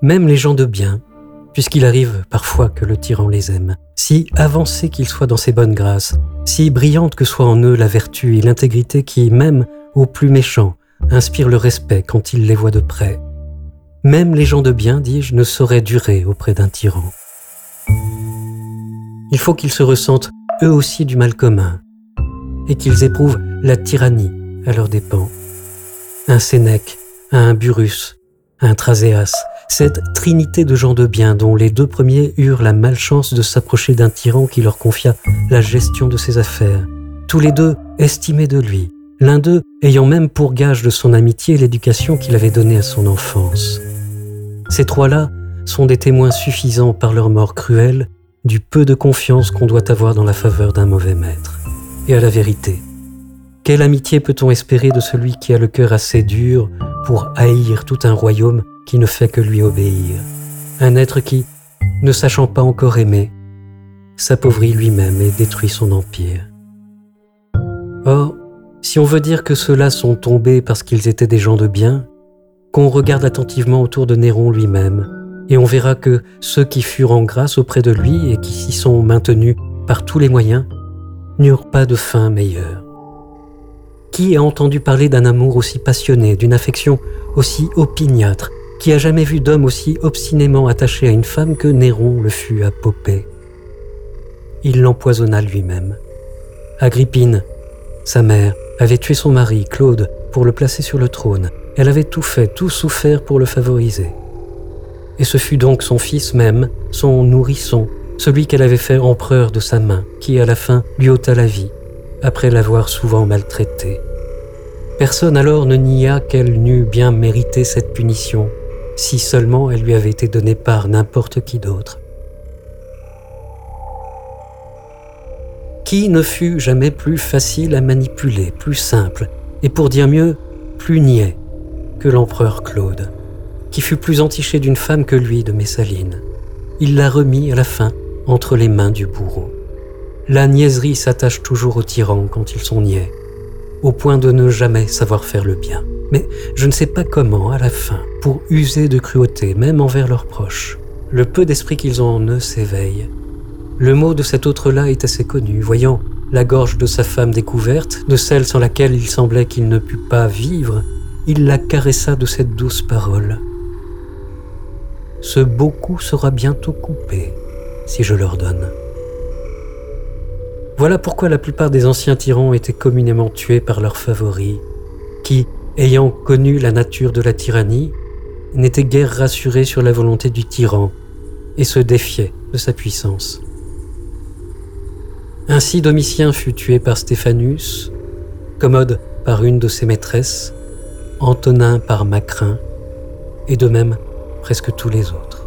même les gens de bien, puisqu'il arrive parfois que le tyran les aime, si avancés qu'ils soient dans ses bonnes grâces, si brillante que soit en eux la vertu et l'intégrité qui, même aux plus méchants, inspirent le respect quand ils les voient de près. Même les gens de bien, dis-je, ne sauraient durer auprès d'un tyran. Il faut qu'ils se ressentent eux aussi du mal commun, et qu'ils éprouvent la tyrannie à leurs dépens. Un Sénèque, un Burrus, un Thraséas, cette trinité de gens de bien dont les deux premiers eurent la malchance de s'approcher d'un tyran qui leur confia la gestion de ses affaires, tous les deux estimés de lui, l'un d'eux ayant même pour gage de son amitié l'éducation qu'il avait donnée à son enfance. Ces trois-là sont des témoins suffisants par leur mort cruelle du peu de confiance qu'on doit avoir dans la faveur d'un mauvais maître. Et à la vérité, quelle amitié peut-on espérer de celui qui a le cœur assez dur pour haïr tout un royaume qui ne fait que lui obéir? Un être qui, ne sachant pas encore aimer, s'appauvrit lui-même et détruit son empire. Or, si on veut dire que ceux-là sont tombés parce qu'ils étaient des gens de bien, qu'on regarde attentivement autour de Néron lui-même, et on verra que ceux qui furent en grâce auprès de lui et qui s'y sont maintenus par tous les moyens n'eurent pas de fin meilleure. Qui a entendu parler d'un amour aussi passionné, d'une affection aussi opiniâtre, qui a jamais vu d'homme aussi obstinément attaché à une femme que Néron le fut à Popée? Il l'empoisonna lui-même. Agrippine, sa mère, avait tué son mari, Claude, pour le placer sur le trône. Elle avait tout fait, tout souffert pour le favoriser. Et ce fut donc son fils même, son nourrisson, celui qu'elle avait fait empereur de sa main, qui à la fin lui ôta la vie, après l'avoir souvent maltraité. Personne alors ne nia qu'elle n'eût bien mérité cette punition, si seulement elle lui avait été donnée par n'importe qui d'autre. Qui ne fut jamais plus facile à manipuler, plus simple, et pour dire mieux, plus niais que l'empereur Claude, qui fut plus entiché d'une femme que lui de Messaline. Il l'a remis à la fin entre les mains du bourreau. La niaiserie s'attache toujours aux tyrans quand ils sont niais, au point de ne jamais savoir faire le bien. Mais je ne sais pas comment, à la fin, pour user de cruauté, même envers leurs proches, le peu d'esprit qu'ils ont en eux s'éveille. Le mot de cet autre-là est assez connu, voyant la gorge de sa femme découverte, de celle sans laquelle il semblait qu'il ne pût pas vivre, il la caressa de cette douce parole. Ce beau cou sera bientôt coupé, si je l'ordonne. Voilà pourquoi la plupart des anciens tyrans étaient communément tués par leurs favoris, qui, ayant connu la nature de la tyrannie, n'étaient guère rassurés sur la volonté du tyran et se défiaient de sa puissance. Ainsi Domitien fut tué par Stéphanus, Commode par une de ses maîtresses, Antonin par Macrin, et de même presque tous les autres.